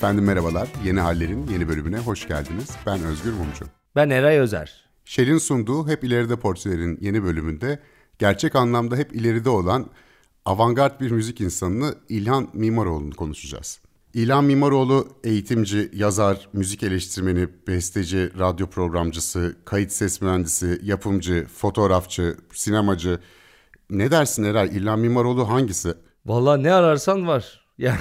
Efendim merhabalar, Yeni Haller'in yeni bölümüne hoş geldiniz. Ben Özgür Mumcu. Ben Eray Özer. Shell'in sunduğu Hep İleride Portreler'in yeni bölümünde gerçek anlamda hep ileride olan avantgard bir müzik insanını İlhan Mimaroğlu'nu konuşacağız. İlhan Mimaroğlu eğitimci, yazar, müzik eleştirmeni, besteci, radyo programcısı, kayıt ses mühendisi, yapımcı, fotoğrafçı, sinemacı. Ne dersin Eray? İlhan Mimaroğlu hangisi? Vallahi ne ararsan var. Yani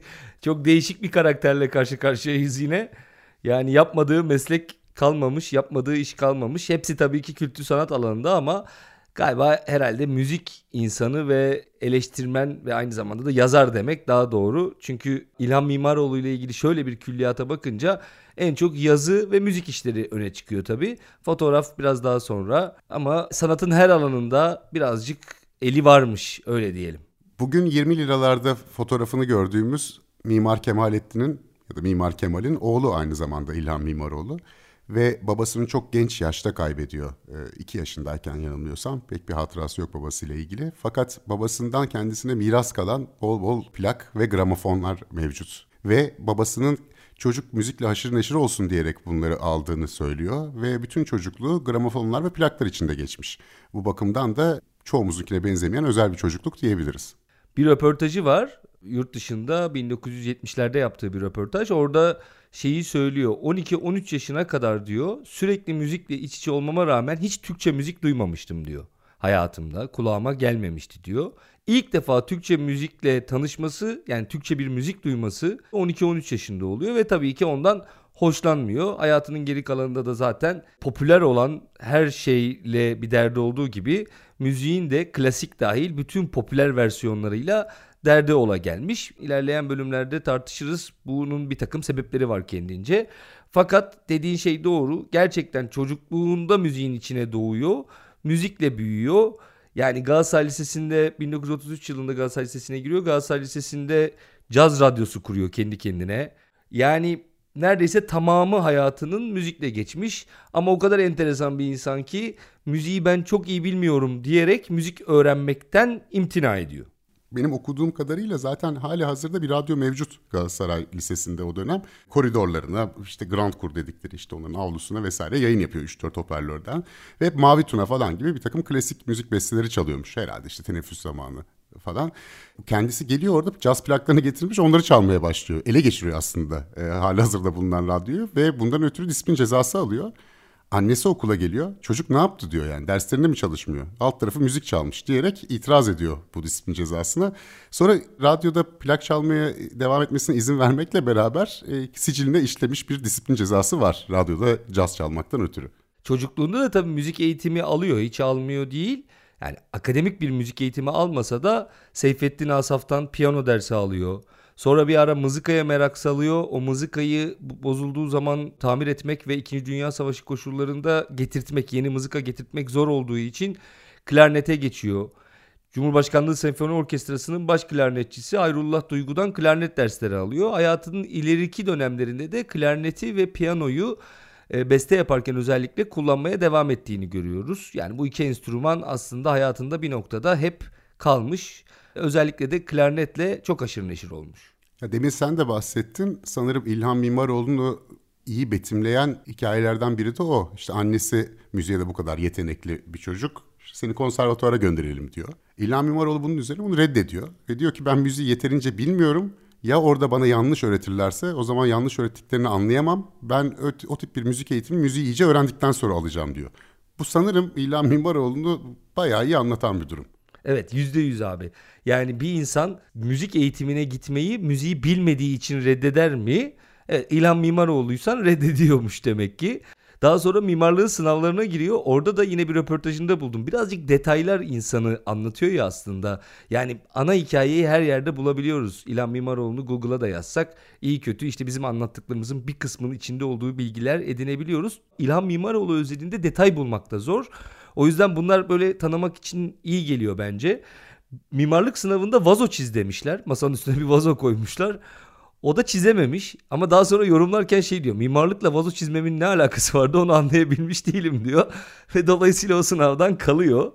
çok değişik bir karakterle karşı karşıyayız yine. Yani yapmadığı meslek kalmamış, yapmadığı iş kalmamış. Hepsi tabii ki kültür sanat alanında ama galiba herhalde müzik insanı ve eleştirmen ve aynı zamanda da yazar demek daha doğru. Çünkü İlhan Mimaroğlu ile ilgili şöyle bir külliyata bakınca en çok yazı ve müzik işleri öne çıkıyor tabii. Fotoğraf biraz daha sonra ama sanatın her alanında birazcık eli varmış, öyle diyelim. Bugün 20 liralarda fotoğrafını gördüğümüz Mimar Kemalettin'in ya da Mimar Kemal'in oğlu aynı zamanda İlhan Mimaroğlu. Ve babasını çok genç yaşta kaybediyor. 2 yaşındayken yanılmıyorsam, pek bir hatırası yok babasıyla ilgili. Fakat babasından kendisine miras kalan bol bol plak ve gramofonlar mevcut. Ve babasının çocuk müzikle haşır neşir olsun diyerek bunları aldığını söylüyor. Ve bütün çocukluğu gramofonlar ve plaklar içinde geçmiş. Bu bakımdan da çoğumuzunkine benzemeyen özel bir çocukluk diyebiliriz. Bir röportajı var. Yurt dışında 1970'lerde yaptığı bir röportaj. Orada şeyi söylüyor. 12-13 yaşına kadar diyor sürekli müzikle iç içe olmama rağmen hiç Türkçe müzik duymamıştım diyor. Hayatımda kulağıma gelmemişti diyor. İlk defa Türkçe müzikle tanışması, yani Türkçe bir müzik duyması 12-13 yaşında oluyor ve tabii ki ondan hoşlanmıyor. Hayatının geri kalanında da zaten popüler olan her şeyle bir derdi olduğu gibi müziğin de klasik dahil bütün popüler versiyonlarıyla derdi ola gelmiş. İlerleyen bölümlerde tartışırız. Bunun bir takım sebepleri var kendince. Fakat dediğin şey doğru. Gerçekten çocukluğunda müziğin içine doğuyor. Müzikle büyüyor. Yani Galatasaray Lisesi'nde 1933 yılında Galatasaray Lisesi'ne giriyor. Galatasaray Lisesi'nde caz radyosu kuruyor kendi kendine. Yani neredeyse tamamı hayatının müzikle geçmiş. Ama o kadar enteresan bir insan ki müziği ben çok iyi bilmiyorum diyerek müzik öğrenmekten imtina ediyor. Benim okuduğum kadarıyla zaten hali hazırda bir radyo mevcut Galatasaray Lisesi'nde o dönem. Koridorlarına, işte Grand Kur dedikleri işte onların avlusuna vesaire yayın yapıyor 3-4 hoparlörden. Ve hep Mavi Tuna falan gibi bir takım klasik müzik besteleri çalıyormuş herhalde işte teneffüs zamanı falan. Kendisi geliyor orada caz plaklarını getirmiş, onları çalmaya başlıyor. Ele geçiriyor aslında hali hazırda bulunan radyoyu ve bundan ötürü disiplin cezası alıyor. Annesi okula geliyor. Çocuk ne yaptı diyor yani. Derslerinde mi çalışmıyor? Alt tarafı müzik çalmış diyerek itiraz ediyor bu disiplin cezasına. Sonra radyoda plak çalmaya devam etmesine izin vermekle beraber siciline işlemiş bir disiplin cezası var. Radyoda caz çalmaktan ötürü. Çocukluğunda da tabii müzik eğitimi alıyor. Hiç almıyor değil. Yani akademik bir müzik eğitimi almasa da Seyfettin Asaf'tan piyano dersi alıyor. Sonra bir ara mızıkaya merak salıyor. O mızıkayı bozulduğu zaman tamir etmek ve 2. Dünya Savaşı koşullarında getirtmek, yeni mızıka getirtmek zor olduğu için klarnete geçiyor. Cumhurbaşkanlığı Senfoni Orkestrası'nın baş klarnetçisi Hayrullah Duygu'dan klarnet dersleri alıyor. Hayatının ileriki dönemlerinde de klarneti ve piyanoyu beste yaparken özellikle kullanmaya devam ettiğini görüyoruz. Yani bu iki enstrüman aslında hayatında bir noktada hep kalmış. Özellikle de klarnetle çok haşır neşir olmuş. Ya demin sen de bahsettin. Sanırım İlhan Mimaroğlu'nu iyi betimleyen hikayelerden biri de o. İşte annesi müziğe de bu kadar yetenekli bir çocuk. Seni konservatuvara gönderelim diyor. İlhan Mimaroğlu bunun üzerine onu reddediyor. Ve diyor ki ben müziği yeterince bilmiyorum. Ya orada bana yanlış öğretirlerse o zaman yanlış öğrettiklerini anlayamam. Ben o tip bir müzik eğitimi müziği iyice öğrendikten sonra alacağım diyor. Bu sanırım İlhan Mimaroğlu'nu bayağı iyi anlatan bir durum. Evet, %100 abi. Yani bir insan müzik eğitimine gitmeyi müziği bilmediği için reddeder mi? Evet, İlhan Mimaroğlu'ysan reddediyormuş demek ki. Daha sonra mimarlığın sınavlarına giriyor. Orada da yine bir röportajında buldum. Birazcık detaylar insanı anlatıyor ya aslında. Yani ana hikayeyi her yerde bulabiliyoruz. İlhan Mimaroğlu'nu Google'a da yazsak iyi kötü işte bizim anlattıklarımızın bir kısmının içinde olduğu bilgiler edinebiliyoruz. İlhan Mimaroğlu özelinde detay bulmak da zor. O yüzden bunlar böyle tanımak için iyi geliyor bence. Mimarlık sınavında vazo çiz demişler. Masanın üstüne bir vazo koymuşlar. O da çizememiş ama daha sonra yorumlarken şey diyor. Mimarlıkla vazo çizmemin ne alakası vardı onu anlayabilmiş değilim diyor. Ve dolayısıyla o sınavdan kalıyor.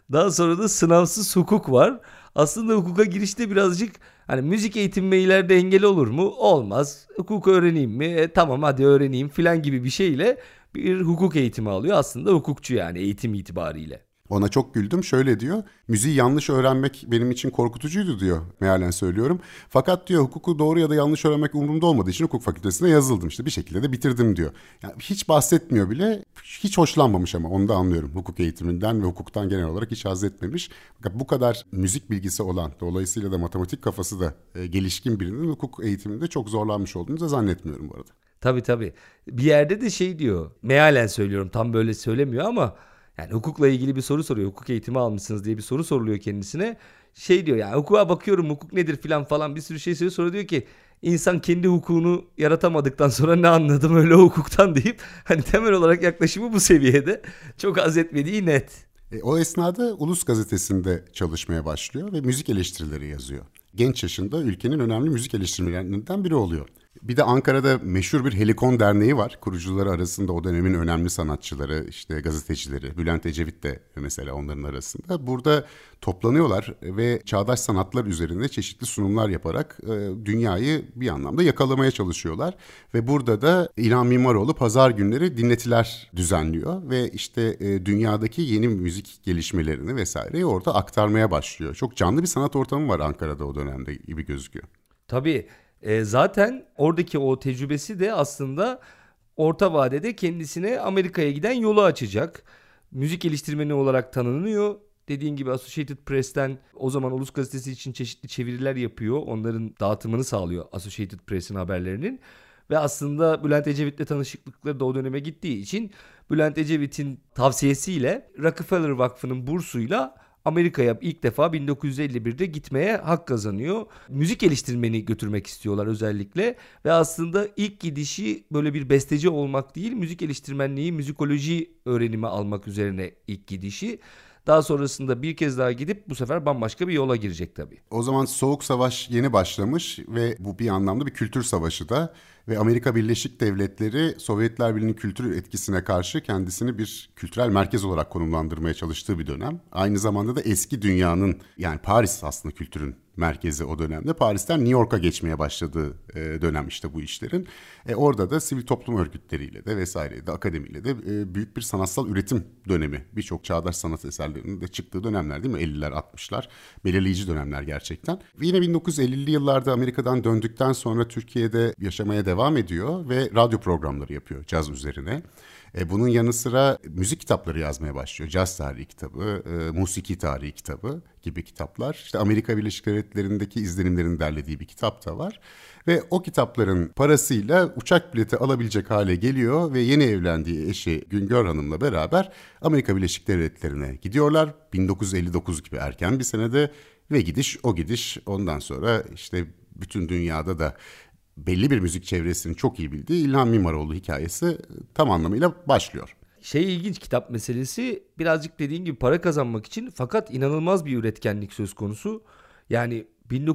Daha sonra da sınavsız hukuk var. Aslında hukuka girişte birazcık hani müzik eğitimi ileride engel olur mu? Olmaz. Hukuk öğreneyim mi? Tamam hadi öğreneyim filan gibi bir şeyle bir hukuk eğitimi alıyor. Aslında hukukçu yani eğitim itibariyle. Ona çok güldüm. Şöyle diyor. Müziği yanlış öğrenmek benim için korkutucuydu diyor. Mealen söylüyorum. Fakat diyor hukuku doğru ya da yanlış öğrenmek umurumda olmadığı için hukuk fakültesine yazıldım. İşte bir şekilde de bitirdim diyor. Yani hiç bahsetmiyor bile. Hiç hoşlanmamış ama onu da anlıyorum. Hukuk eğitiminden ve hukuktan genel olarak hiç haz etmemiş. Fakat bu kadar müzik bilgisi olan, dolayısıyla da matematik kafası da gelişkin birinin hukuk eğitiminde çok zorlanmış olduğunu da zannetmiyorum bu arada. Tabii. Bir yerde de şey diyor. Mealen söylüyorum, tam böyle söylemiyor ama yani hukukla ilgili bir soru soruyor. Hukuk eğitimi almışsınız diye bir soru soruluyor kendisine. Şey diyor yani hukuka bakıyorum, hukuk nedir falan bir sürü şey söylüyor. Sonra diyor ki insan kendi hukukunu yaratamadıktan sonra ne anladım öyle hukuktan deyip hani temel olarak yaklaşımı bu seviyede, çok haz etmediği net. O esnada Ulus Gazetesi'nde çalışmaya başlıyor ve müzik eleştirileri yazıyor. Genç yaşında ülkenin önemli müzik eleştirmenlerinden biri oluyor. Bir de Ankara'da meşhur bir Helikon Derneği var. Kurucuları arasında o dönemin önemli sanatçıları, işte gazetecileri, Bülent Ecevit de mesela onların arasında. Burada toplanıyorlar ve çağdaş sanatlar üzerine çeşitli sunumlar yaparak dünyayı bir anlamda yakalamaya çalışıyorlar. Ve burada da İlhan Mimaroğlu pazar günleri dinletiler düzenliyor ve işte dünyadaki yeni müzik gelişmelerini vesaireyi orada aktarmaya başlıyor. Çok canlı bir sanat ortamı var Ankara'da o dönemde gibi gözüküyor. Tabii. Zaten oradaki o tecrübesi de aslında orta vadede kendisine Amerika'ya giden yolu açacak. Müzik geliştirmeni olarak tanınıyor. Dediğin gibi Associated Press'ten o zaman Ulus Gazetesi için çeşitli çeviriler yapıyor. Onların dağıtımını sağlıyor Associated Press'in haberlerinin. Ve aslında Bülent Ecevit'le tanışıklıkları da o döneme gittiği için Bülent Ecevit'in tavsiyesiyle Rockefeller Vakfı'nın bursuyla Amerika'ya ilk defa 1951'de gitmeye hak kazanıyor. Müzik geliştirmeni götürmek istiyorlar özellikle ve aslında ilk gidişi böyle bir besteci olmak değil, müzik geliştirmenliği, müzikoloji öğrenimi almak üzerine ilk gidişi. Daha sonrasında bir kez daha gidip bu sefer bambaşka bir yola girecek tabii. O zaman Soğuk Savaş yeni başlamış ve bu bir anlamda bir kültür savaşı da ve Amerika Birleşik Devletleri Sovyetler Birliği'nin kültür etkisine karşı kendisini bir kültürel merkez olarak konumlandırmaya çalıştığı bir dönem. Aynı zamanda da eski dünyanın, yani Paris aslında kültürün merkezi o dönemde. Paris'ten New York'a geçmeye başladığı dönem işte bu işlerin. Orada da sivil toplum örgütleriyle de vesaireyle de akademiyle de büyük bir sanatsal üretim dönemi. Birçok çağdaş sanat eserlerinin de çıktığı dönemler değil mi? 50'ler 60'lar belirleyici dönemler gerçekten. Ve yine 1950'li yıllarda Amerika'dan döndükten sonra Türkiye'de yaşamaya devam ediyor ve radyo programları yapıyor caz üzerine. Bunun yanı sıra müzik kitapları yazmaya başlıyor. Caz tarihi kitabı, musiki tarihi kitabı gibi kitaplar. İşte Amerika Birleşik Devletleri'ndeki izlenimlerini derlediği bir kitap da var. Ve o kitapların parasıyla uçak bileti alabilecek hale geliyor ve yeni evlendiği eşi Güngör Hanım'la beraber Amerika Birleşik Devletleri'ne gidiyorlar. 1959 gibi erken bir senede ve gidiş o gidiş, ondan sonra işte bütün dünyada da belli bir müzik çevresinin çok iyi bildiği İlhan Mimaroğlu hikayesi tam anlamıyla başlıyor. İlginç kitap meselesi, birazcık dediğin gibi para kazanmak için, fakat inanılmaz bir üretkenlik söz konusu. Yani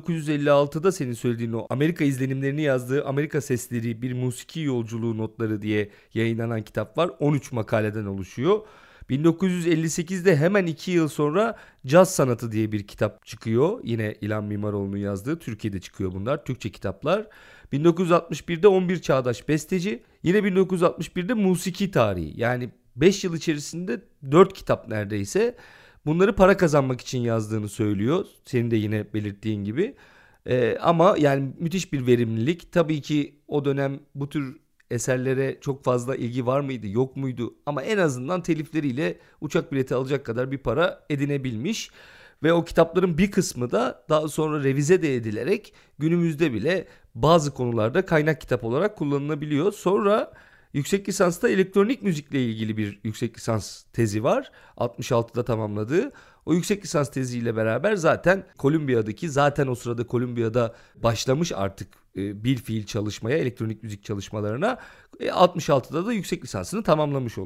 1956'da senin söylediğin o Amerika izlenimlerini yazdığı Amerika Sesleri Bir Musiki Yolculuğu Notları diye yayınlanan kitap var. 13 makaleden oluşuyor. 1958'de hemen 2 yıl sonra Caz Sanatı diye bir kitap çıkıyor. Yine İlhan Mimaroğlu'nun yazdığı, Türkiye'de çıkıyor bunlar, Türkçe kitaplar. 1961'de 11 Çağdaş Besteci, yine 1961'de Musiki Tarihi. Yani 5 yıl içerisinde 4 kitap neredeyse. Bunları para kazanmak için yazdığını söylüyor. Senin de yine belirttiğin gibi. Ama yani müthiş bir verimlilik. Tabii ki o dönem bu tür eserlere çok fazla ilgi var mıydı, yok muydu? Ama en azından telifleriyle uçak bileti alacak kadar bir para edinebilmiş. Ve o kitapların bir kısmı da daha sonra revize de edilerek günümüzde bile bazı konularda kaynak kitap olarak kullanılabiliyor. Sonra yüksek lisansta elektronik müzikle ilgili bir yüksek lisans tezi var. 66'da tamamladığı. O yüksek lisans teziyle beraber zaten o sırada Columbia'da başlamış artık bir fiil çalışmaya, elektronik müzik çalışmalarına, 66'da da yüksek lisansını tamamlamış oluyor.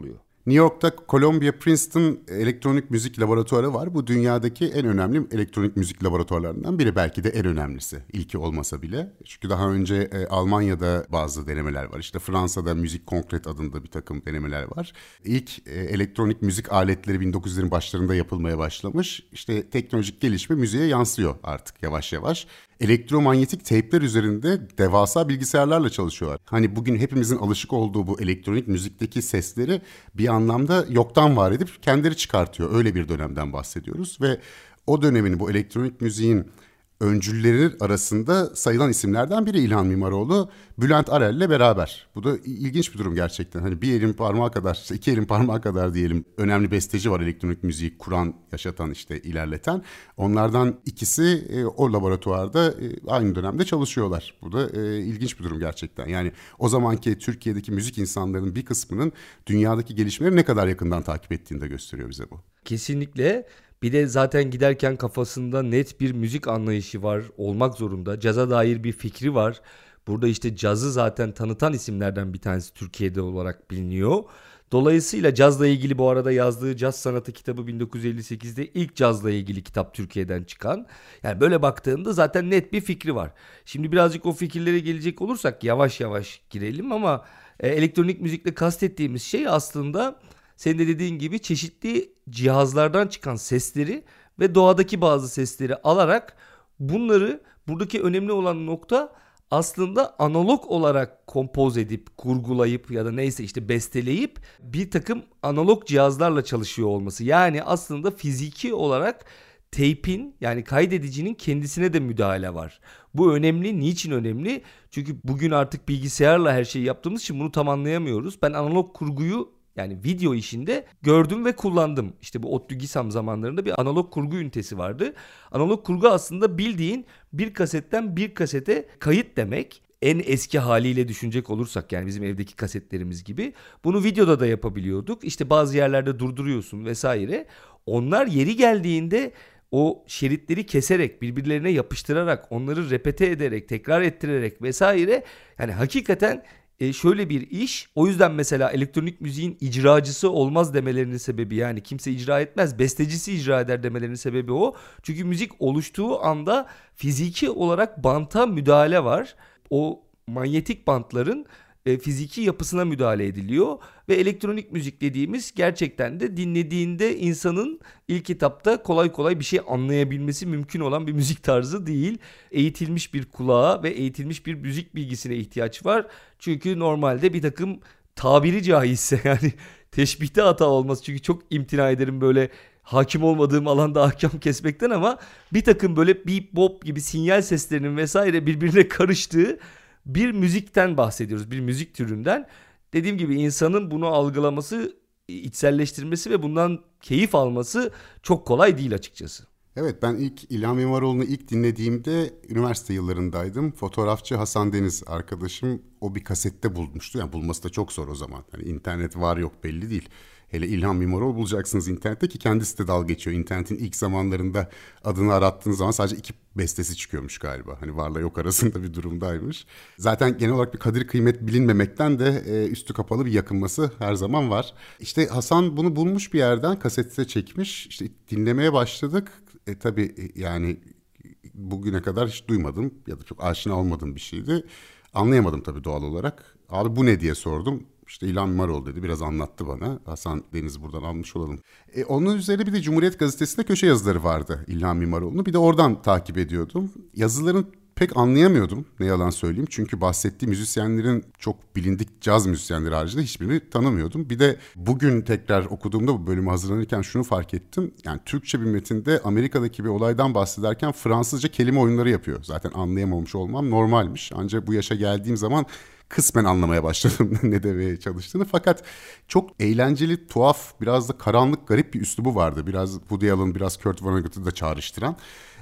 New York'ta Columbia Princeton elektronik müzik laboratuvarı var. Bu dünyadaki en önemli elektronik müzik laboratuvarlarından biri. Belki de en önemlisi. İlki olmasa bile. Çünkü daha önce Almanya'da bazı denemeler var. İşte Fransa'da Müzik Konkret adında bir takım denemeler var. İlk elektronik müzik aletleri 1900'lerin başlarında yapılmaya başlamış. İşte teknolojik gelişme müziğe yansıyor artık yavaş yavaş. Elektromanyetik teypler üzerinde devasa bilgisayarlarla çalışıyorlar. Hani bugün hepimizin alışık olduğu bu elektronik müzikteki sesleri bir anlamda yoktan var edip kendileri çıkartıyor. Öyle bir dönemden bahsediyoruz ve o dönemin bu elektronik müziğin öncülleri arasında sayılan isimlerden biri İlhan Mimaroğlu, Bülent Arel'le beraber. Bu da ilginç bir durum gerçekten. Hani bir elin parmağı kadar, işte iki elin parmağı kadar diyelim önemli besteci var elektronik müziği kuran, yaşatan, işte ilerleten. Onlardan ikisi o laboratuvarda aynı dönemde çalışıyorlar. Bu da ilginç bir durum gerçekten. Yani o zamanki Türkiye'deki müzik insanlarının bir kısmının dünyadaki gelişmeleri ne kadar yakından takip ettiğini de gösteriyor bize bu. Kesinlikle. Bir de zaten giderken kafasında net bir müzik anlayışı var, olmak zorunda. Caza dair bir fikri var. Burada işte cazı zaten tanıtan isimlerden bir tanesi Türkiye'de olarak biliniyor. Dolayısıyla cazla ilgili bu arada yazdığı Caz Sanatı kitabı 1958'de ilk cazla ilgili kitap Türkiye'den çıkan. Yani böyle baktığında zaten net bir fikri var. Şimdi birazcık o fikirlere gelecek olursak yavaş yavaş girelim ama elektronik müzikle kastettiğimiz şey aslında senin de dediğin gibi çeşitli cihazlardan çıkan sesleri ve doğadaki bazı sesleri alarak bunları, buradaki önemli olan nokta aslında analog olarak kompoz edip, kurgulayıp ya da neyse işte besteleyip bir takım analog cihazlarla çalışıyor olması. Yani aslında fiziki olarak teypin, yani kaydedicinin kendisine de müdahale var. Bu önemli. Niçin önemli? Çünkü bugün artık bilgisayarla her şeyi yaptığımız için bunu tam anlayamıyoruz. Ben analog kurguyu, yani video işinde gördüm ve kullandım. İşte bu ODTÜ GİSAM zamanlarında bir analog kurgu ünitesi vardı. Analog kurgu aslında bildiğin bir kasetten bir kasete kayıt demek. En eski haliyle düşünecek olursak, yani bizim evdeki kasetlerimiz gibi. Bunu videoda da yapabiliyorduk. İşte bazı yerlerde durduruyorsun vesaire. Onlar yeri geldiğinde o şeritleri keserek, birbirlerine yapıştırarak, onları repete ederek, tekrar ettirerek vesaire. Yani hakikaten şöyle bir iş. O yüzden mesela elektronik müziğin icracısı olmaz demelerinin sebebi, yani kimse icra etmez, bestecisi icra eder demelerinin sebebi o. Çünkü müzik oluştuğu anda fiziki olarak banta müdahale var. O manyetik bantların fiziki yapısına müdahale ediliyor ve elektronik müzik dediğimiz gerçekten de dinlediğinde insanın ilk etapta kolay kolay bir şey anlayabilmesi mümkün olan bir müzik tarzı değil. Eğitilmiş bir kulağa ve eğitilmiş bir müzik bilgisine ihtiyaç var. Çünkü normalde bir takım, tabiri caizse yani teşbihte hata olmaz, çünkü çok imtina ederim böyle hakim olmadığım alanda ahkam kesmekten, ama bir takım böyle beep bop gibi sinyal seslerinin vesaire birbirine karıştığı bir müzikten bahsediyoruz. Bir müzik türünden. Dediğim gibi insanın bunu algılaması, içselleştirmesi ve bundan keyif alması çok kolay değil açıkçası. Evet, ben ilk İlhan Mimaroğlu'nu ilk dinlediğimde üniversite yıllarındaydım. Fotoğrafçı Hasan Deniz arkadaşım o bir kasette bulmuştu. Yani bulması da çok zor o zaman. Hani internet var yok belli değil. Hele İlhan Mimaroğlu bulacaksınız internette, ki kendisi de dalga geçiyor. İnternetin ilk zamanlarında adını arattığınız zaman sadece 2 bestesi çıkıyormuş galiba. Hani varla yok arasında bir durumdaymış. Zaten genel olarak bir kadir kıymet bilinmemekten de üstü kapalı bir yakınması her zaman var. İşte Hasan bunu bulmuş bir yerden, kasete çekmiş. İşte dinlemeye başladık. Tabii yani bugüne kadar hiç duymadım ya da çok aşina olmadığım bir şeydi. Anlayamadım tabii doğal olarak. Abi bu ne diye sordum. İşte İlhan Mimaroğlu dedi, biraz anlattı bana. Hasan Deniz'i buradan almış olalım. Onun üzerine bir de Cumhuriyet Gazetesi'nde köşe yazıları vardı İlhan Mimaroğlu'nu. Bir de oradan takip ediyordum. Yazılarını pek anlayamıyordum, ne yalan söyleyeyim. Çünkü bahsettiği müzisyenlerin çok bilindik caz müzisyenleri haricinde hiçbirini tanımıyordum. Bir de bugün tekrar okuduğumda bu bölümü hazırlanırken şunu fark ettim. Yani Türkçe bir metinde Amerika'daki bir olaydan bahsederken Fransızca kelime oyunları yapıyor. Zaten anlayamamış olmam normalmiş. Ancak bu yaşa geldiğim zaman kısmen anlamaya başladım ne demeye çalıştığını. Fakat çok eğlenceli, tuhaf, biraz da karanlık, garip bir üslubu vardı. Biraz Woody Allen, biraz Kurt Vonnegut'u da çağrıştıran.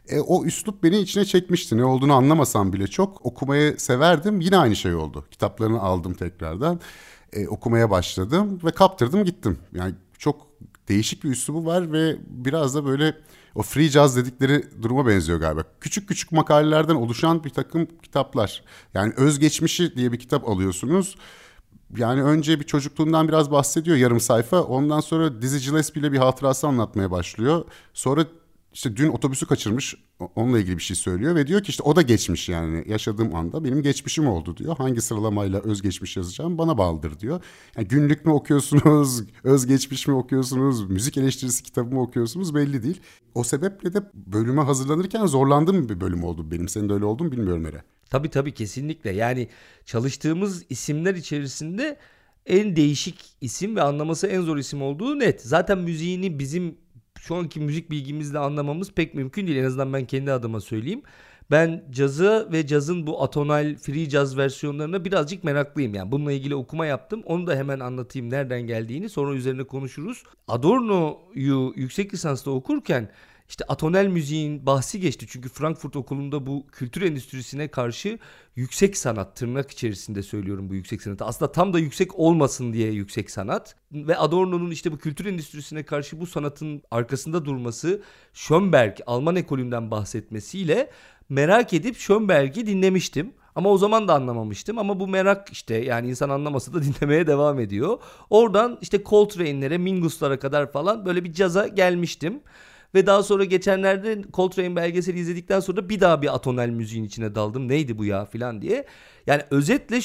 O üslup beni içine çekmişti. Ne olduğunu anlamasam bile çok okumayı severdim. Yine aynı şey oldu. Kitaplarını aldım tekrardan. Okumaya başladım ve kaptırdım gittim. Yani çok değişik bir üslubu var ve biraz da böyle o free jazz dedikleri duruma benziyor galiba. Küçük küçük makalelerden oluşan bir takım kitaplar. Yani Özgeçmişi diye bir kitap alıyorsunuz. Yani önce bir çocukluğundan biraz bahsediyor yarım sayfa. Ondan sonra Dizzy Gillespie ile bir hatırası anlatmaya başlıyor. Sonra işte dün otobüsü kaçırmış, onunla ilgili bir şey söylüyor ve diyor ki işte o da geçmiş, yani yaşadığım anda benim geçmişim oldu diyor. Hangi sıralamayla özgeçmiş yazacağım bana bağlıdır diyor. Yani günlük mü okuyorsunuz, özgeçmiş mi okuyorsunuz, müzik eleştirisi kitabı mı okuyorsunuz belli değil. O sebeple de bölüme hazırlanırken zorlandığım bir bölüm oldu benim. Senin de öyle oldu mu bilmiyorum Ere. Tabii kesinlikle. Yani çalıştığımız isimler içerisinde en değişik isim ve anlaması en zor isim olduğu net. Zaten müziğini bizim şu anki müzik bilgimizle anlamamız pek mümkün değil. En azından ben kendi adıma söyleyeyim. Ben cazı ve cazın bu atonal free jazz versiyonlarına birazcık meraklıyım. Yani bununla ilgili okuma yaptım. Onu da hemen anlatayım nereden geldiğini. Sonra üzerine konuşuruz. Adorno'yu yüksek lisansta okurken işte atonal müziğin bahsi geçti. Çünkü Frankfurt Okulu'nda bu kültür endüstrisine karşı yüksek sanat, tırnak içerisinde söylüyorum bu yüksek sanatı. Aslında tam da yüksek olmasın diye yüksek sanat. Ve Adorno'nun işte bu kültür endüstrisine karşı bu sanatın arkasında durması, Schönberg, Alman ekolünden bahsetmesiyle merak edip Schönberg'i dinlemiştim. Ama o zaman da anlamamıştım. Ama bu merak işte, yani insan anlamasa da dinlemeye devam ediyor. Oradan işte Coltrane'lere, Mingus'lara kadar falan böyle bir caza gelmiştim. Ve daha sonra geçenlerde Coltrane belgeseli izledikten sonra bir daha bir atonal müziğin içine daldım. Neydi bu ya filan diye. Yani özetle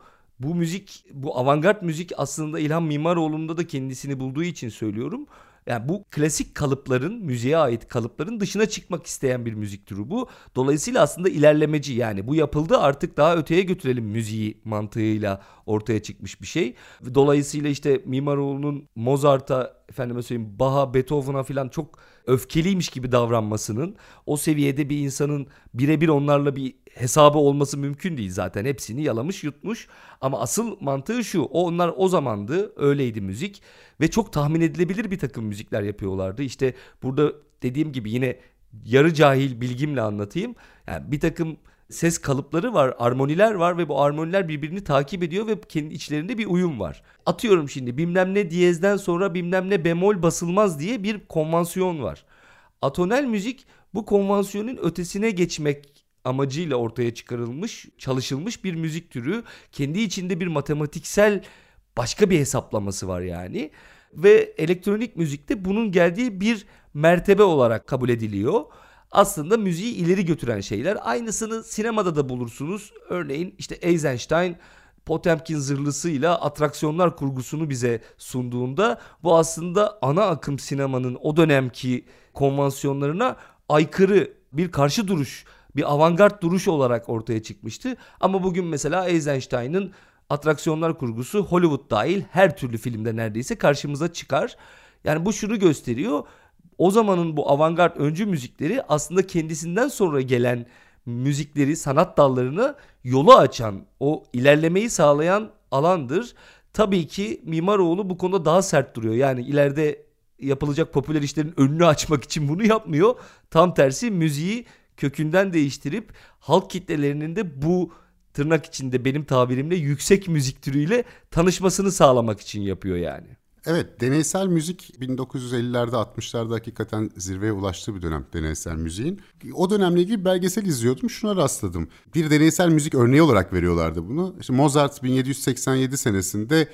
bu müzik, bu avantgard müzik aslında İlhan Mimaroğlu'nda da kendisini bulduğu için söylüyorum. Yani bu klasik kalıpların, müziğe ait kalıpların dışına çıkmak isteyen bir müzik türü bu. Dolayısıyla aslında ilerlemeci, yani bu yapıldı artık daha öteye götürelim müziği mantığıyla ortaya çıkmış bir şey. Dolayısıyla işte Mimaroğlu'nun Mozart'a, efendime söyleyeyim Bach'a, Beethoven'a falan çok öfkeliymiş gibi davranmasının, o seviyede bir insanın birebir onlarla bir hesabı olması mümkün değil zaten. Hepsini yalamış yutmuş. Ama asıl mantığı şu: onlar o zamandı, öyleydi müzik ve çok tahmin edilebilir bir takım müzikler yapıyorlardı. İşte burada dediğim gibi yine yarı cahil bilgimle anlatayım. Yani bir takım ses kalıpları var, armoniler var ve bu armoniler birbirini takip ediyor ve kendi içlerinde bir uyum var. Atıyorum şimdi bilmem ne diyezden sonra bilmem ne bemol basılmaz diye bir konvansiyon var. Atonel müzik bu konvansiyonun ötesine geçmek amacıyla ortaya çıkarılmış, çalışılmış bir müzik türü. Kendi içinde bir matematiksel başka bir hesaplaması var yani. Ve elektronik müzikte bunun geldiği bir mertebe olarak kabul ediliyor. Aslında müziği ileri götüren şeyler. Aynısını sinemada da bulursunuz. Örneğin işte Eisenstein Potemkin zırhlısıyla atraksiyonlar kurgusunu bize sunduğunda bu aslında ana akım sinemanın o dönemki konvansiyonlarına aykırı bir karşı duruş, bir avantgard duruş olarak ortaya çıkmıştı. Ama bugün mesela Eisenstein'ın atraksiyonlar kurgusu Hollywood dahil her türlü filmde neredeyse karşımıza çıkar. Yani bu şunu gösteriyor: o zamanın bu avantgard öncü müzikleri aslında kendisinden sonra gelen müzikleri, sanat dallarına yolu açan, o ilerlemeyi sağlayan alandır. Tabii ki Mimaroğlu bu konuda daha sert duruyor. Yani ileride yapılacak popüler işlerin önünü açmak için bunu yapmıyor. Tam tersi müziği kökünden değiştirip halk kitlelerinin de bu, tırnak içinde benim tabirimle, yüksek müzik türüyle tanışmasını sağlamak için yapıyor yani. Evet, deneysel müzik 1950'lerde 60'larda hakikaten zirveye ulaştığı bir dönem deneysel müziğin. O dönemle ilgili bir belgesel izliyordum, şuna rastladım. Bir deneysel müzik örneği olarak veriyorlardı bunu. İşte Mozart 1787 senesinde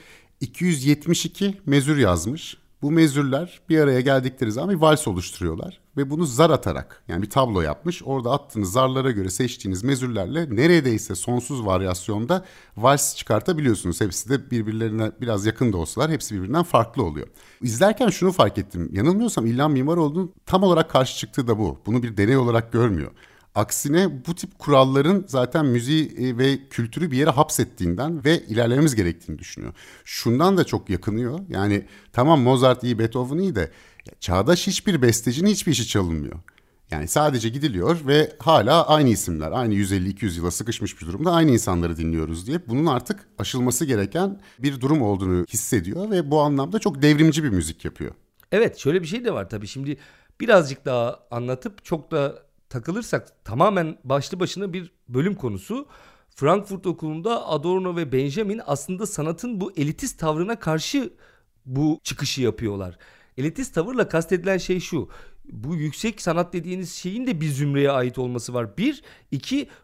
272 mezür yazmış. Bu mezürler bir araya geldikleri zaman bir vals oluşturuyorlar. Ve bunu zar atarak, yani bir tablo yapmış. Orada attığınız zarlara göre seçtiğiniz mezürlerle neredeyse sonsuz varyasyonda vals çıkartabiliyorsunuz. Hepsi de birbirlerine biraz yakın da olsalar hepsi birbirinden farklı oluyor. İzlerken şunu fark ettim. Yanılmıyorsam İlhan Mimaroğlu'nun tam olarak karşı çıktığı da bu. Bunu bir deney olarak görmüyor. Aksine bu tip kuralların zaten müziği ve kültürü bir yere hapsettiğinden ve ilerlememiz gerektiğini düşünüyor. Şundan da çok yakınıyor. Yani tamam, Mozart iyi, Beethoven iyi de çağdaş hiçbir bestecinin hiçbir işi çalınmıyor. Yani sadece gidiliyor ve hala aynı isimler, aynı 150-200 yıla sıkışmış bir durumda aynı insanları dinliyoruz diye bunun artık aşılması gereken bir durum olduğunu hissediyor ve bu anlamda çok devrimci bir müzik yapıyor. Evet, şöyle bir şey de var tabii. Şimdi birazcık daha anlatıp çok da takılırsak tamamen başlı başına bir bölüm konusu. Frankfurt Okulu'nda Adorno ve Benjamin aslında sanatın bu elitist tavrına karşı bu çıkışı yapıyorlar. Elitist tavırla kastedilen şey şu: bu yüksek sanat dediğiniz şeyin de bir zümreye ait olması var. Bir, iki,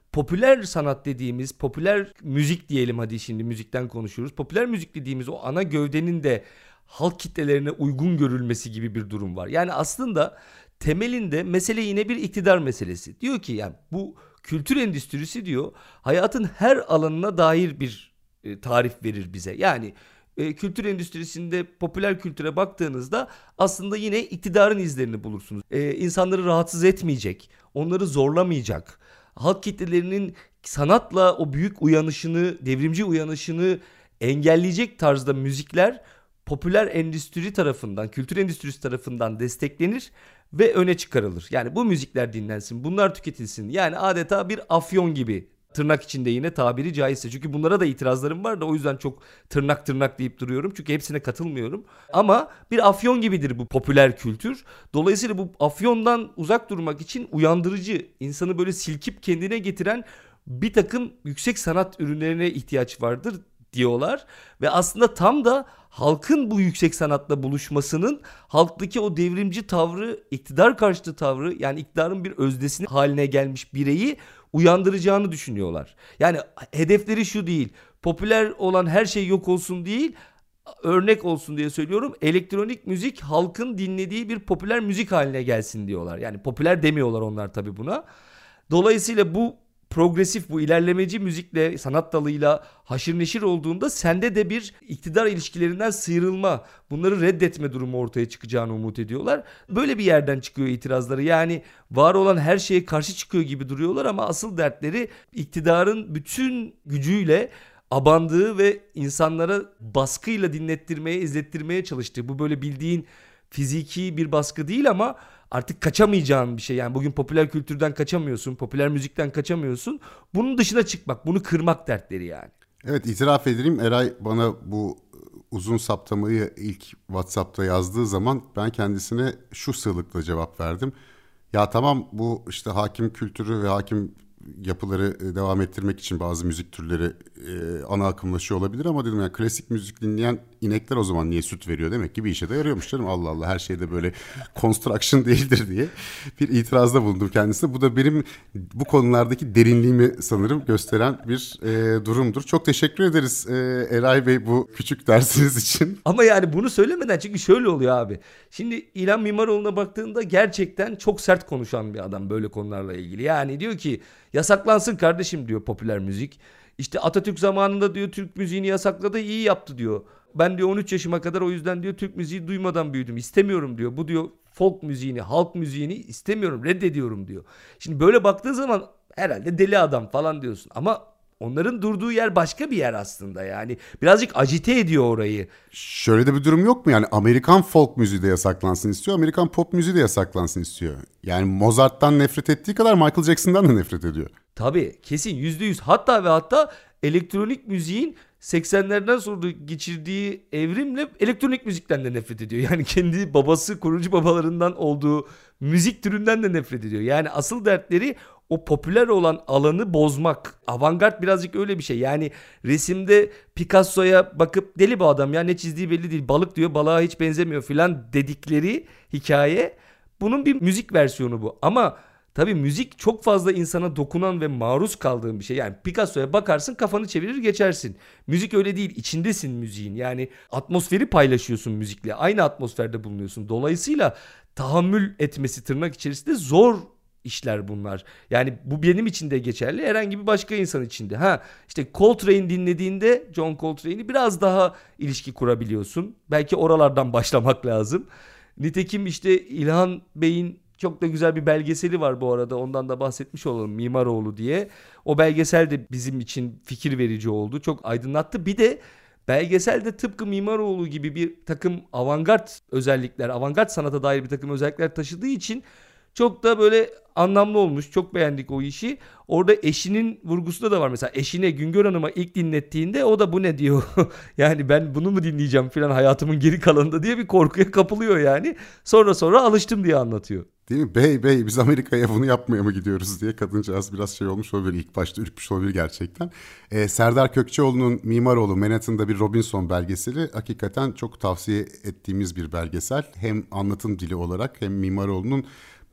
popüler sanat dediğimiz, popüler müzik diyelim, hadi şimdi müzikten konuşuyoruz. Popüler müzik dediğimiz o ana gövdenin de halk kitlelerine uygun görülmesi gibi bir durum var. Yani aslında temelinde mesele yine bir iktidar meselesi. Diyor ki yani bu kültür endüstrisi diyor hayatın her alanına dair bir tarif verir bize. Yani kültür endüstrisinde popüler kültüre baktığınızda aslında yine iktidarın izlerini bulursunuz. İnsanları rahatsız etmeyecek, onları zorlamayacak, halk kitlelerinin sanatla o büyük uyanışını, devrimci uyanışını engelleyecek tarzda müzikler popüler endüstri tarafından, kültür endüstrisi tarafından desteklenir ve öne çıkarılır. Yani bu müzikler dinlensin, bunlar tüketilsin. Yani adeta bir afyon gibi, tırnak içinde yine tabiri caizse. Çünkü bunlara da itirazlarım var da o yüzden çok tırnak deyip duruyorum. Çünkü hepsine katılmıyorum. Ama bir afyon gibidir bu popüler kültür. Dolayısıyla bu afyondan uzak durmak için uyandırıcı, insanı böyle silkip kendine getiren bir takım yüksek sanat ürünlerine ihtiyaç vardır diyorlar. Ve aslında tam da halkın bu yüksek sanatla buluşmasının halktaki o devrimci tavrı, iktidar karşıtı tavrı, yani iktidarın bir özdesini haline gelmiş bireyi uyandıracağını düşünüyorlar. Yani hedefleri şu değil, popüler olan her şey yok olsun değil, örnek olsun diye söylüyorum, elektronik müzik halkın dinlediği bir popüler müzik haline gelsin diyorlar. Yani popüler demiyorlar onlar tabii buna. Dolayısıyla bu progresif, bu ilerlemeci müzikle, sanat dalıyla haşır neşir olduğunda sende de bir iktidar ilişkilerinden sıyrılma, bunları reddetme durumu ortaya çıkacağını umut ediyorlar. Böyle bir yerden çıkıyor itirazları. Yani var olan her şeye karşı çıkıyor gibi duruyorlar ama asıl dertleri iktidarın bütün gücüyle abandığı ve insanlara baskıyla dinlettirmeye, izlettirmeye çalıştığı, bu böyle bildiğin fiziki bir baskı değil ama artık kaçamayacağın bir şey. Yani bugün popüler kültürden kaçamıyorsun, popüler müzikten kaçamıyorsun. Bunun dışına çıkmak, bunu kırmak dertleri yani. Evet, itiraf edeyim, Eray bana bu uzun saptamayı ilk WhatsApp'ta yazdığı zaman ben kendisine şu sığlıkla cevap verdim. Ya tamam, bu işte hakim kültürü ve hakim yapıları devam ettirmek için bazı müzik türleri ana akımlaşıyor olabilir ama dedim yani klasik müzik dinleyen inekler o zaman niye süt veriyor, demek ki bir işe de yarıyormuş canım, Allah Allah, her şeyde böyle construction değildir diye bir itirazda bulundum kendisine. Bu da benim bu konulardaki derinliğimi sanırım gösteren bir durumdur. Çok teşekkür ederiz Eray Bey bu küçük dersiniz için. Ama yani bunu söylemeden, çünkü şöyle oluyor abi. Şimdi İlhan Mimaroğlu'na baktığında gerçekten çok sert konuşan bir adam böyle konularla ilgili. Yani diyor ki yasaklansın kardeşim diyor popüler müzik. İşte Atatürk zamanında diyor Türk müziğini yasakladı, iyi yaptı diyor. Ben diyor 13 yaşıma kadar o yüzden diyor Türk müziği duymadan büyüdüm. İstemiyorum diyor. Bu diyor folk müziğini, halk müziğini istemiyorum, reddediyorum diyor. Şimdi böyle baktığın zaman herhalde deli adam falan diyorsun. Ama onların durduğu yer başka bir yer aslında yani. Birazcık agite ediyor orayı. Şöyle de bir durum yok mu yani, Amerikan folk müziği de yasaklansın istiyor, Amerikan pop müziği de yasaklansın istiyor. Yani Mozart'tan nefret ettiği kadar Michael Jackson'dan da nefret ediyor. Tabii, kesin %100. Hatta ve hatta elektronik müziğin 80'lerden sonra geçirdiği evrimle elektronik müzikten de nefret ediyor. Yani kendi babası, kurucu babalarından olduğu müzik türünden de nefret ediyor. Yani asıl dertleri o popüler olan alanı bozmak. Avantgard birazcık öyle bir şey. Yani resimde Picasso'ya bakıp deli bu adam ya, ne çizdiği belli değil, balık diyor, balığa hiç benzemiyor filan dedikleri hikaye, bunun bir müzik versiyonu bu. Ama tabii müzik çok fazla insana dokunan ve maruz kaldığın bir şey. Yani Picasso'ya bakarsın, kafanı çevirir geçersin. Müzik öyle değil, içindesin müziğin. Yani atmosferi paylaşıyorsun müzikle. Aynı atmosferde bulunuyorsun. Dolayısıyla tahammül etmesi tırnak içerisinde zor işler bunlar. Yani bu benim için de geçerli, herhangi bir başka insan için de. Ha işte Coltrane dinlediğinde, John Coltrane'i biraz daha ilişki kurabiliyorsun. Belki oralardan başlamak lazım. Nitekim işte İlhan Bey'in çok da güzel bir belgeseli var bu arada. Ondan da bahsetmiş olalım, Mimaroğlu diye. O belgesel de bizim için fikir verici oldu. Çok aydınlattı. Bir de belgeselde tıpkı Mimaroğlu gibi bir takım avantgard özellikler, avantgard sanata dair bir takım özellikler taşıdığı için çok da böyle anlamlı olmuş. Çok beğendik o işi. Orada eşinin vurgusu da var. Mesela eşine, Güngör Hanım'a ilk dinlettiğinde o da bu ne diyor. Yani ben bunu mu dinleyeceğim falan hayatımın geri kalanında diye bir korkuya kapılıyor yani. Sonra alıştım diye anlatıyor. Değil mi? Bey biz Amerika'ya bunu yapmaya mı gidiyoruz diye kadıncağız biraz şey olmuş olabilir. İlk başta ürkmüş olabilir gerçekten. Serdar Kökçeoğlu'nun Mimaroğlu, Manhattan'da bir Robinson belgeseli hakikaten çok tavsiye ettiğimiz bir belgesel. Hem anlatım dili olarak hem Mimaroğlu'nun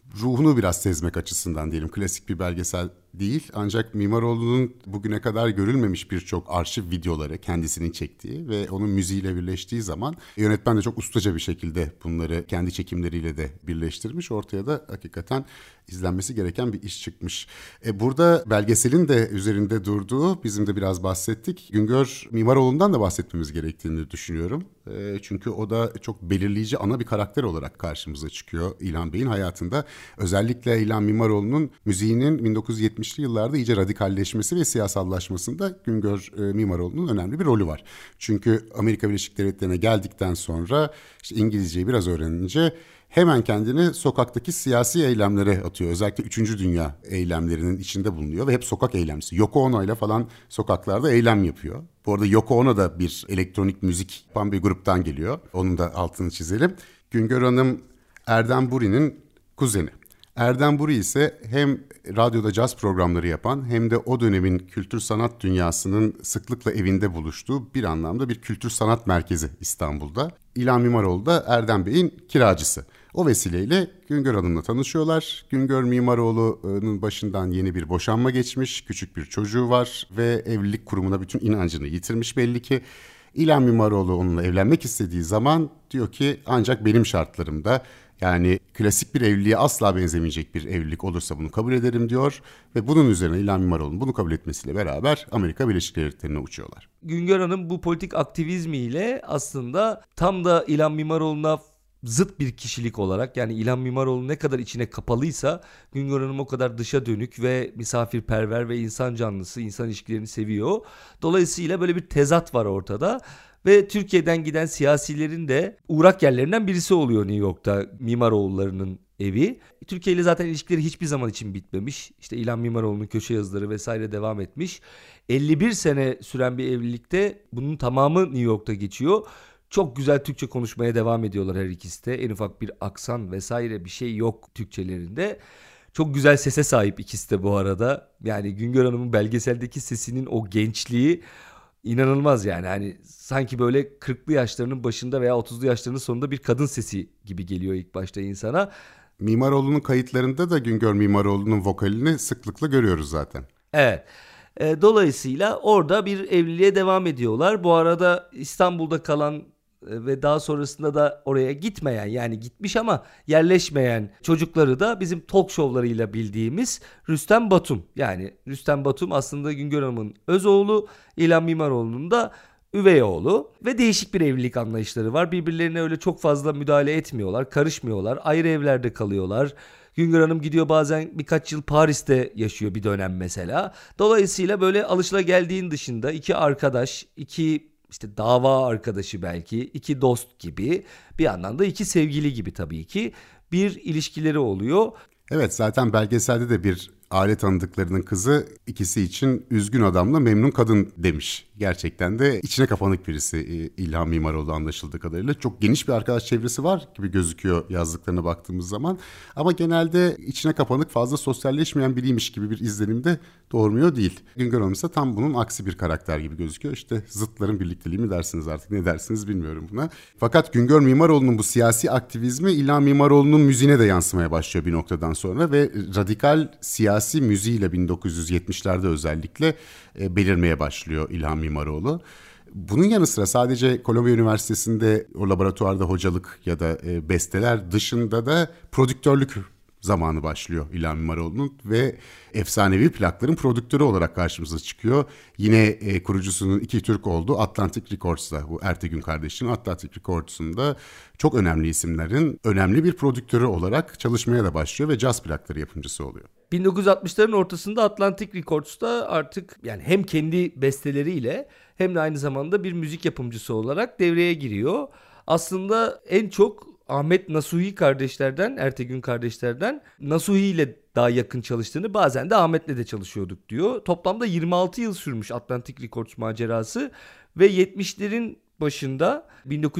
ruhunu biraz sezmek açısından diyelim. Klasik bir belgesel değil, ancak Mimaroğlu'nun bugüne kadar görülmemiş birçok arşiv videoları kendisinin çektiği ve onun müziğiyle birleştiği zaman yönetmen de çok ustaca bir şekilde bunları kendi çekimleriyle de birleştirmiş. Ortaya da hakikaten izlenmesi gereken bir iş çıkmış. Burada belgeselin de üzerinde durduğu, bizim de biraz bahsettik, Güngör Mimaroğlu'ndan da bahsetmemiz gerektiğini düşünüyorum. Çünkü o da çok belirleyici ana bir karakter olarak karşımıza çıkıyor İlhan Bey'in hayatında. Özellikle İlhan Mimaroğlu'nun müziğinin 1970'li yıllarda iyice radikalleşmesi ve siyasallaşmasında Güngör Mimaroğlu'nun önemli bir rolü var. Çünkü Amerika Birleşik Devletleri'ne geldikten sonra işte İngilizceyi biraz öğrenince hemen kendini sokaktaki siyasi eylemlere atıyor. Özellikle 3. Dünya eylemlerinin içinde bulunuyor ve hep sokak eylemcisi. Yoko Ono ile falan sokaklarda eylem yapıyor. Bu arada Yoko Ono da bir elektronik müzik yapan bir gruptan geliyor. Onun da altını çizelim. Güngör Hanım Erdem Buri'nin kuzeni. Erdem Buri ise hem radyoda caz programları yapan hem de o dönemin kültür sanat dünyasının sıklıkla evinde buluştuğu bir anlamda bir kültür sanat merkezi İstanbul'da. İlhan Mimaroğlu da Erdem Bey'in kiracısı. O vesileyle Güngör Hanım'la tanışıyorlar. Güngör Mimaroğlu'nun başından yeni bir boşanma geçmiş, küçük bir çocuğu var ve evlilik kurumuna bütün inancını yitirmiş belli ki. İlhan Mimaroğlu onunla evlenmek istediği zaman diyor ki ancak benim şartlarımda, yani klasik bir evliliğe asla benzemeyecek bir evlilik olursa bunu kabul ederim diyor. Ve bunun üzerine İlhan Mimaroğlu'nun bunu kabul etmesiyle beraber Amerika Birleşik Devletleri'ne uçuyorlar. Güngör Hanım bu politik aktivizmiyle aslında tam da İlhan Mimaroğlu'na zıt bir kişilik olarak, yani İlhan Mimaroğlu ne kadar içine kapalıysa Güngör Hanım o kadar dışa dönük ve misafirperver ve insan canlısı, insan ilişkilerini seviyor. Dolayısıyla böyle bir tezat var ortada. Ve Türkiye'den giden siyasilerin de uğrak yerlerinden birisi oluyor New York'ta Mimaroğulları'nın evi. Türkiye ile zaten ilişkileri hiçbir zaman için bitmemiş. İşte İlhan Mimaroğlu'nun köşe yazıları vesaire devam etmiş. 51 sene süren bir evlilikte bunun tamamı New York'ta geçiyor. Çok güzel Türkçe konuşmaya devam ediyorlar her ikisi de. En ufak bir aksan vesaire bir şey yok Türkçelerinde. Çok güzel sese sahip ikisi de bu arada. Yani Güngör Hanım'ın belgeseldeki sesinin o gençliği İnanılmaz yani. Hani sanki böyle 40'lı yaşlarının başında veya 30'lu yaşlarının sonunda bir kadın sesi gibi geliyor ilk başta insana. Mimaroğlu'nun kayıtlarında da Güngör Mimaroğlu'nun vokalini sıklıkla görüyoruz zaten. Evet. Dolayısıyla orada bir evliliğe devam ediyorlar. Bu arada İstanbul'da kalan ve daha sonrasında da oraya gitmeyen, yani gitmiş ama yerleşmeyen çocukları da bizim talk show'larıyla bildiğimiz Rüstem Batum. Yani Rüstem Batum aslında Güngör Hanım'ın öz oğlu, İlhan Mimaroğlu'nun da üvey oğlu ve değişik bir evlilik anlayışları var. Birbirlerine öyle çok fazla müdahale etmiyorlar, karışmıyorlar, ayrı evlerde kalıyorlar. Güngör Hanım gidiyor bazen birkaç yıl Paris'te yaşıyor bir dönem mesela. Dolayısıyla böyle alışılageldiğin dışında iki arkadaş, iki İşte dava arkadaşı belki, iki dost gibi, bir yandan da iki sevgili gibi tabii ki bir ilişkileri oluyor. Evet, zaten belgeselde de bir aile tanıdıklarının kızı ikisi için üzgün adamla memnun kadın demiş. Gerçekten de içine kapanık birisi İlhan Mimaroğlu anlaşıldığı kadarıyla. Çok geniş bir arkadaş çevresi var gibi gözüküyor yazdıklarına baktığımız zaman. Ama genelde içine kapanık, fazla sosyalleşmeyen biriymiş gibi bir izlenim de doğurmuyor değil. Güngör Hanım ise tam bunun aksi bir karakter gibi gözüküyor. İşte zıtların birlikteliği mi dersiniz artık, ne dersiniz bilmiyorum buna. Fakat Güngör Mimaroğlu'nun bu siyasi aktivizmi İlhan Mimaroğlu'nun müziğine de yansımaya başlıyor bir noktadan sonra ve radikal siyasi müziğiyle 1970'lerde özellikle belirmeye başlıyor İlhan Mimaroğlu. Bunun yanı sıra sadece Columbia Üniversitesi'nde o laboratuvarda hocalık ya da besteler dışında da prodüktörlük zamanı başlıyor İlhan Mimaroğlu'nun ve efsanevi plakların prodüktörü olarak karşımıza çıkıyor. Yine kurucusunun iki Türk olduğu Atlantic Records'ta, bu Ertegün kardeşinin Atlantic Records'unda çok önemli isimlerin önemli bir prodüktörü olarak çalışmaya da başlıyor ve caz plakları yapımcısı oluyor. 1960'ların ortasında Atlantic Records'ta artık yani hem kendi besteleriyle hem de aynı zamanda bir müzik yapımcısı olarak devreye giriyor. Aslında en çok Ahmet Nasuhi kardeşlerden, Ertegün kardeşlerden Nasuhi ile daha yakın çalıştığını, bazen de Ahmet'le de çalışıyorduk diyor. Toplamda 26 yıl sürmüş Atlantic Records macerası ve 70'lerin başında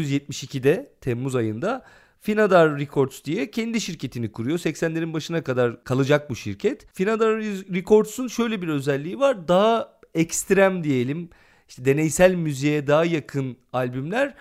1972'de Temmuz ayında Finadar Records diye kendi şirketini kuruyor. 80'lerin başına kadar kalacak bu şirket. Finadar Records'un şöyle bir özelliği var. Daha ekstrem diyelim, işte deneysel müziğe daha yakın albümler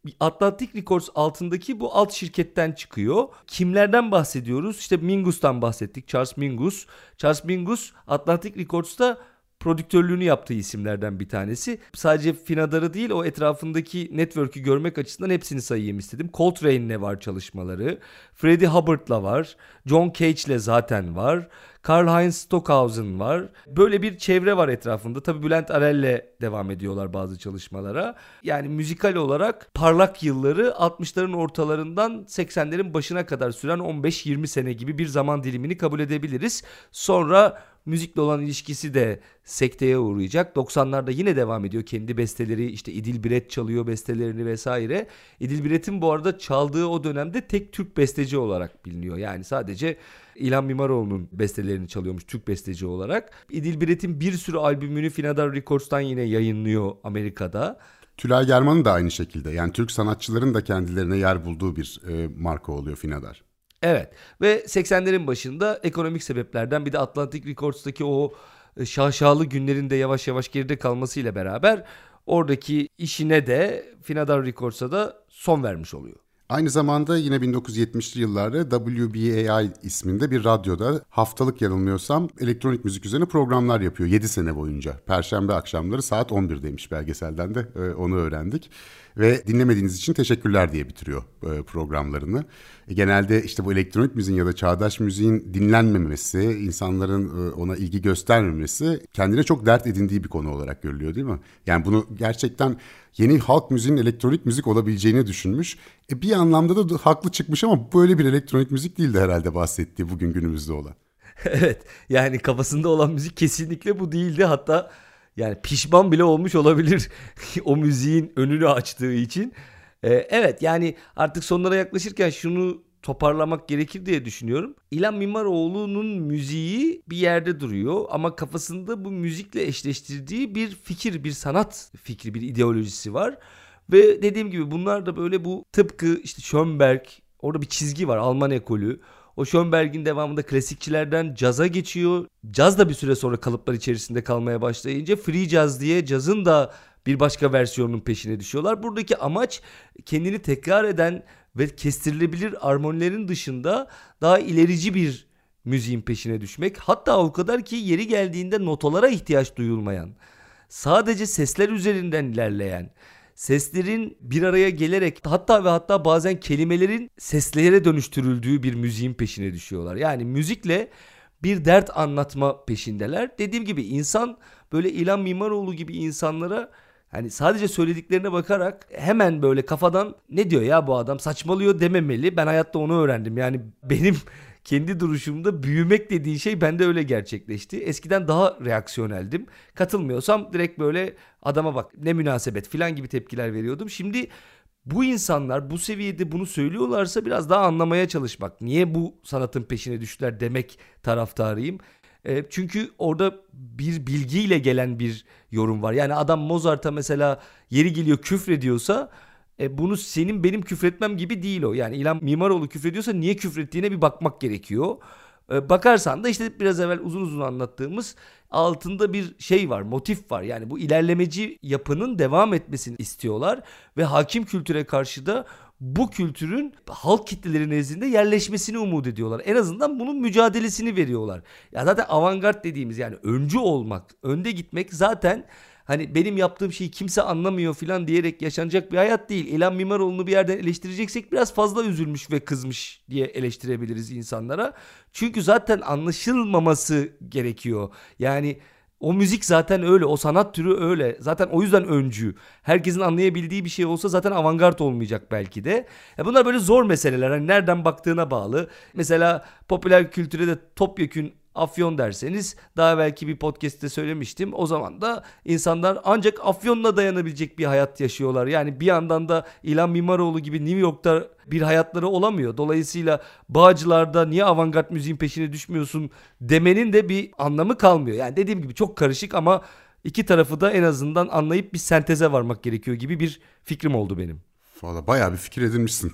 Atlantic Records altındaki bu alt şirketten çıkıyor. Kimlerden bahsediyoruz? İşte Mingus'tan bahsettik. Charles Mingus. Charles Mingus Atlantic Records'ta prodüktörlüğünü yaptığı isimlerden bir tanesi. Sadece Finadar'ı değil, o etrafındaki network'ü görmek açısından hepsini sayayım istedim. Coltrane'le var çalışmaları. Freddie Hubbard'la var. John Cage'le zaten var. Karlheinz Stockhausen var. Böyle bir çevre var etrafında. Tabii Bülent Arel'le devam ediyorlar bazı çalışmalara. Yani müzikal olarak parlak yılları 60'ların ortalarından 80'lerin başına kadar süren 15-20 sene gibi bir zaman dilimini kabul edebiliriz. Sonra müzikle olan ilişkisi de sekteye uğrayacak. 90'larda yine devam ediyor. Kendi besteleri, işte İdil Biret çalıyor bestelerini vesaire. İdil Biret'in bu arada çaldığı o dönemde tek Türk besteci olarak biliniyor. Yani sadece İlhan Mimaroğlu'nun bestelerini çalıyormuş Türk besteci olarak. İdil Biret'in bir sürü albümünü Finadar Records'tan yine yayınlıyor Amerika'da. Tülay German'ın da aynı şekilde. Yani Türk sanatçıların da kendilerine yer bulduğu bir marka oluyor Finadar. Evet, ve 80'lerin başında ekonomik sebeplerden bir de Atlantic Records'taki o şaşalı günlerin de yavaş yavaş geride kalmasıyla beraber oradaki işine de Finadar Records'a da son vermiş oluyor. Aynı zamanda yine 1970'li yıllarda WBAI isminde bir radyoda haftalık yanılmıyorsam elektronik müzik üzerine programlar yapıyor 7 sene boyunca. Perşembe akşamları saat 11'deymiş, belgeselden de onu öğrendik. Ve dinlemediğiniz için teşekkürler diye bitiriyor programlarını. Genelde işte bu elektronik müziğin ya da çağdaş müziğin dinlenmemesi, insanların ona ilgi göstermemesi kendine çok dert edindiği bir konu olarak görülüyor, değil mi? Yani bunu gerçekten yeni halk müziğinin elektronik müzik olabileceğini düşünmüş. Bir anlamda da haklı çıkmış ama böyle bir elektronik müzik değildi herhalde bahsettiği bugün günümüzde olan. Evet, yani kafasında olan müzik kesinlikle bu değildi. Hatta yani pişman bile olmuş olabilir o müziğin önünü açtığı için. Evet, yani artık sonlara yaklaşırken şunu toparlamak gerekir diye düşünüyorum. İlhan Mimaroğlu'nun müziği bir yerde duruyor ama kafasında bu müzikle eşleştirdiği bir fikir, bir sanat fikri, bir ideolojisi var. Ve dediğim gibi bunlar da böyle bu tıpkı işte Schönberg, orada bir çizgi var, Alman ekolü. O Schönberg'in devamında klasikçilerden caza geçiyor. Caz da bir süre sonra kalıplar içerisinde kalmaya başlayınca free jazz diye cazın da bir başka versiyonunun peşine düşüyorlar. Buradaki amaç kendini tekrar eden ve kestirilebilir armonilerin dışında daha ilerici bir müziğin peşine düşmek. Hatta o kadar ki yeri geldiğinde notalara ihtiyaç duyulmayan, sadece sesler üzerinden ilerleyen, seslerin bir araya gelerek hatta bazen kelimelerin seslere dönüştürüldüğü bir müziğin peşine düşüyorlar. Yani müzikle bir dert anlatma peşindeler. Dediğim gibi insan böyle İlhan Mimaroğlu gibi insanlara hani sadece söylediklerine bakarak hemen böyle kafadan ne diyor ya bu adam saçmalıyor dememeli. Ben hayatta onu öğrendim. Yani benim kendi duruşumda büyümek dediği şey bende öyle gerçekleşti. Eskiden daha reaksiyoneldim. Katılmıyorsam direkt böyle adama bak ne münasebet falan gibi tepkiler veriyordum. Şimdi bu insanlar bu seviyede bunu söylüyorlarsa biraz daha anlamaya çalışmak. Niye bu sanatın peşine düştüler demek taraftarıyım. Çünkü orada bir bilgiyle gelen bir yorum var. Yani adam Mozart'a mesela yeri geliyor küfrediyorsa bunu senin benim küfretmem gibi değil o. Yani İlhan Mimaroğlu küfrediyorsa niye küfrettiğine bir bakmak gerekiyor. Bakarsan da işte biraz evvel uzun uzun anlattığımız altında bir şey var, motif var. Yani bu ilerlemeci yapının devam etmesini istiyorlar ve hakim kültüre karşı da bu kültürün halk kitleleri nezdinde yerleşmesini umut ediyorlar. En azından bunun mücadelesini veriyorlar. Ya zaten avantgard dediğimiz yani öncü olmak, önde gitmek zaten hani benim yaptığım şeyi kimse anlamıyor falan diyerek yaşanacak bir hayat değil. İlhan Mimaroğlu'nu bir yerden eleştireceksek biraz fazla üzülmüş ve kızmış diye eleştirebiliriz insanlara. Çünkü zaten anlaşılmaması gerekiyor. Yani o müzik zaten öyle, o sanat türü öyle. Zaten o yüzden öncü. Herkesin anlayabildiği bir şey olsa zaten avantgard olmayacak belki de. Bunlar böyle zor meseleler. Hani nereden baktığına bağlı. Mesela popüler kültüre de topyekün Afyon derseniz daha belki bir podcast'te söylemiştim. O zaman da insanlar ancak Afyon'la dayanabilecek bir hayat yaşıyorlar. Yani bir yandan da İlhan Mimaroğlu gibi New York'ta bir hayatları olamıyor. Dolayısıyla Bağcılar'da niye avantgard müziğin peşine düşmüyorsun demenin de bir anlamı kalmıyor. Yani dediğim gibi çok karışık ama iki tarafı da en azından anlayıp bir senteze varmak gerekiyor gibi bir fikrim oldu benim. Valla bayağı bir fikir edinmişsin.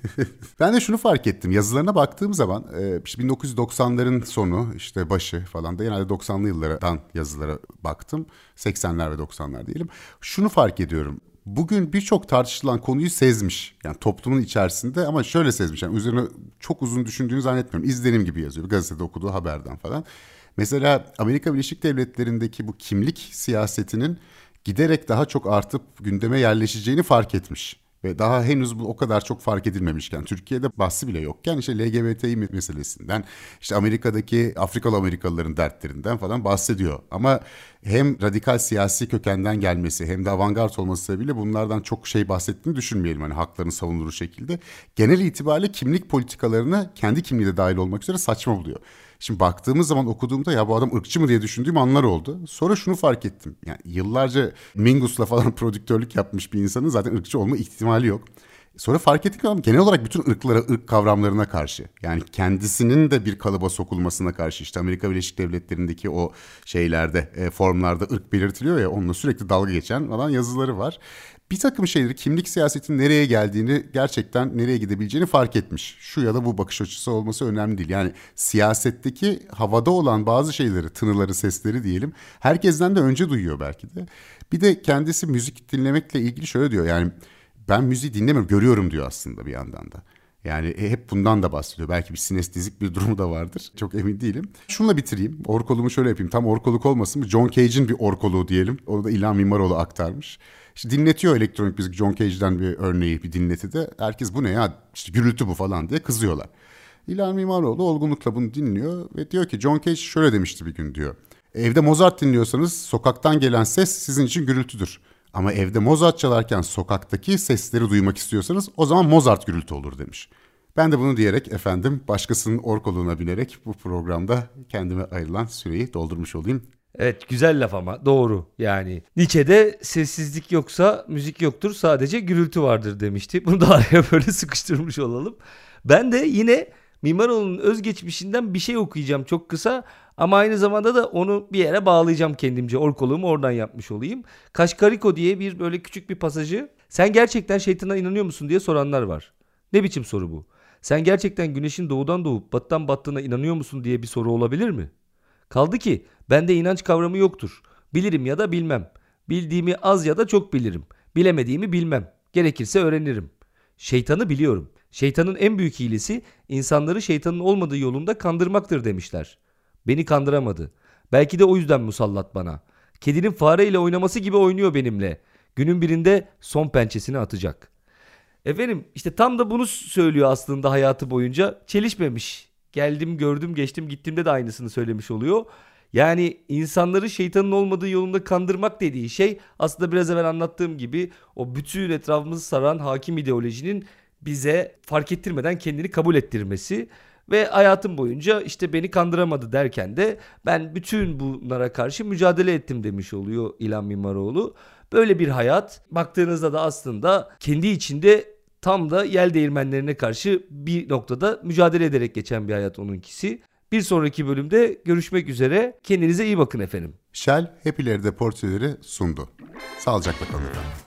Ben de şunu fark ettim. Yazılarına baktığım zaman 1990'ların sonu işte başı falan da genelde 90'lı yıllardan yazılara baktım. 80'ler ve 90'lar diyelim. Şunu fark ediyorum. bugün birçok tartışılan konuyu sezmiş. Yani toplumun içerisinde, ama şöyle sezmiş. Yani üzerine çok uzun düşündüğünü zannetmiyorum. İzlenim gibi yazıyor. Bir gazetede okuduğu haberden falan. Mesela Amerika Birleşik Devletleri'ndeki bu kimlik siyasetinin giderek daha çok artıp gündeme yerleşeceğini fark etmiş. Ve daha henüz bu o kadar çok fark edilmemişken, Türkiye'de bahsi bile yokken işte LGBTİ meselesinden, işte Amerika'daki Afrikalı Amerikalıların dertlerinden falan bahsediyor. Ama hem radikal siyasi kökenden gelmesi hem de avantgard olması sebebiyle bunlardan çok şey bahsettiğini düşünmeyelim. Hani haklarını savunduğu şekilde. Genel itibariyle kimlik politikalarını kendi kimliği de dahil olmak üzere saçma buluyor. Şimdi baktığımız zaman, okuduğumda ya bu adam ırkçı mı diye düşündüğüm anlar oldu. Sonra şunu fark ettim. Yani yıllarca Mingus'la falan prodüktörlük yapmış bir insanın zaten ırkçı olma ihtimali yok. Sonra fark ettik ki adam genel olarak bütün ırklara, ırk kavramlarına karşı, yani kendisinin de bir kalıba sokulmasına karşı, işte Amerika Birleşik Devletleri'ndeki o şeylerde, formlarda ırk belirtiliyor ya, onunla sürekli dalga geçen falan yazıları var. Bir takım şeyleri, kimlik siyasetinin nereye geldiğini, gerçekten nereye gidebileceğini fark etmiş. Şu ya da bu bakış açısı olması önemli değil. Yani siyasetteki havada olan bazı şeyleri, tınıları, sesleri diyelim, herkesten de önce duyuyor belki de. Bir de kendisi müzik dinlemekle ilgili şöyle diyor, yani ben müziği dinlemiyorum, görüyorum diyor aslında bir yandan da. Yani hep bundan da bahsediyor. Belki bir sinestezik bir durumu da vardır. Çok emin değilim. Şununla bitireyim. Orkolumu şöyle yapayım. Tam orkoluk olmasın mı? John Cage'in bir orkoluğu diyelim. Onu da İlhan Mimaroğlu aktarmış. İşte dinletiyor elektronik müzik. John Cage'den bir örneği, bir dinletide. Herkes bu ne ya? İşte gürültü bu falan diye kızıyorlar. İlhan Mimaroğlu olgunlukla bunu dinliyor ve diyor ki John Cage şöyle demişti bir gün diyor. Evde Mozart dinliyorsanız sokaktan gelen ses sizin için gürültüdür. Ama evde Mozart çalarken sokaktaki sesleri duymak istiyorsanız o zaman Mozart gürültü olur demiş. Ben de bunu diyerek efendim başkasının orkoluğuna binerek bu programda kendime ayrılan süreyi doldurmuş olayım. Evet, güzel laf ama doğru yani. Nietzsche'de sessizlik yoksa müzik yoktur, sadece gürültü vardır demişti. Bunu da araya böyle sıkıştırmış olalım. Ben de yine Mimaroğlu'nun özgeçmişinden bir şey okuyacağım çok kısa. Ama aynı zamanda da onu bir yere bağlayacağım kendimce. Orkoluğumu oradan yapmış olayım. Kaşkariko diye bir böyle küçük bir pasajı. Sen gerçekten şeytana inanıyor musun diye soranlar var. Ne biçim soru bu? Sen gerçekten güneşin doğudan doğup batıdan battığına inanıyor musun diye bir soru olabilir mi? Kaldı ki bende inanç kavramı yoktur. Bilirim ya da bilmem. Bildiğimi az ya da çok bilirim. Bilemediğimi bilmem. Gerekirse öğrenirim. Şeytanı biliyorum. Şeytanın en büyük hilesi insanları şeytanın olmadığı yolunda kandırmaktır demişler. Beni kandıramadı. Belki de o yüzden musallat bana. Kedinin fareyle oynaması gibi oynuyor benimle. Günün birinde son pençesini atacak. Efendim işte tam da bunu söylüyor aslında hayatı boyunca. Çelişmemiş. Geldim, gördüm, geçtim, gittiğimde de aynısını söylemiş oluyor. Yani insanları şeytanın olmadığı yolunda kandırmak dediği şey aslında biraz evvel anlattığım gibi o bütün etrafımızı saran hakim ideolojinin bize fark ettirmeden kendini kabul ettirmesi. Ve hayatım boyunca işte beni kandıramadı derken de ben bütün bunlara karşı mücadele ettim demiş oluyor İlhan Mimaroğlu. Böyle bir hayat baktığınızda da aslında kendi içinde tam da yel değirmenlerine karşı bir noktada mücadele ederek geçen bir hayat onunkisi. Bir sonraki bölümde görüşmek üzere. Kendinize iyi bakın efendim. Shell Happy Ileride portreleri sundu. Sağlıcakla kalın efendim.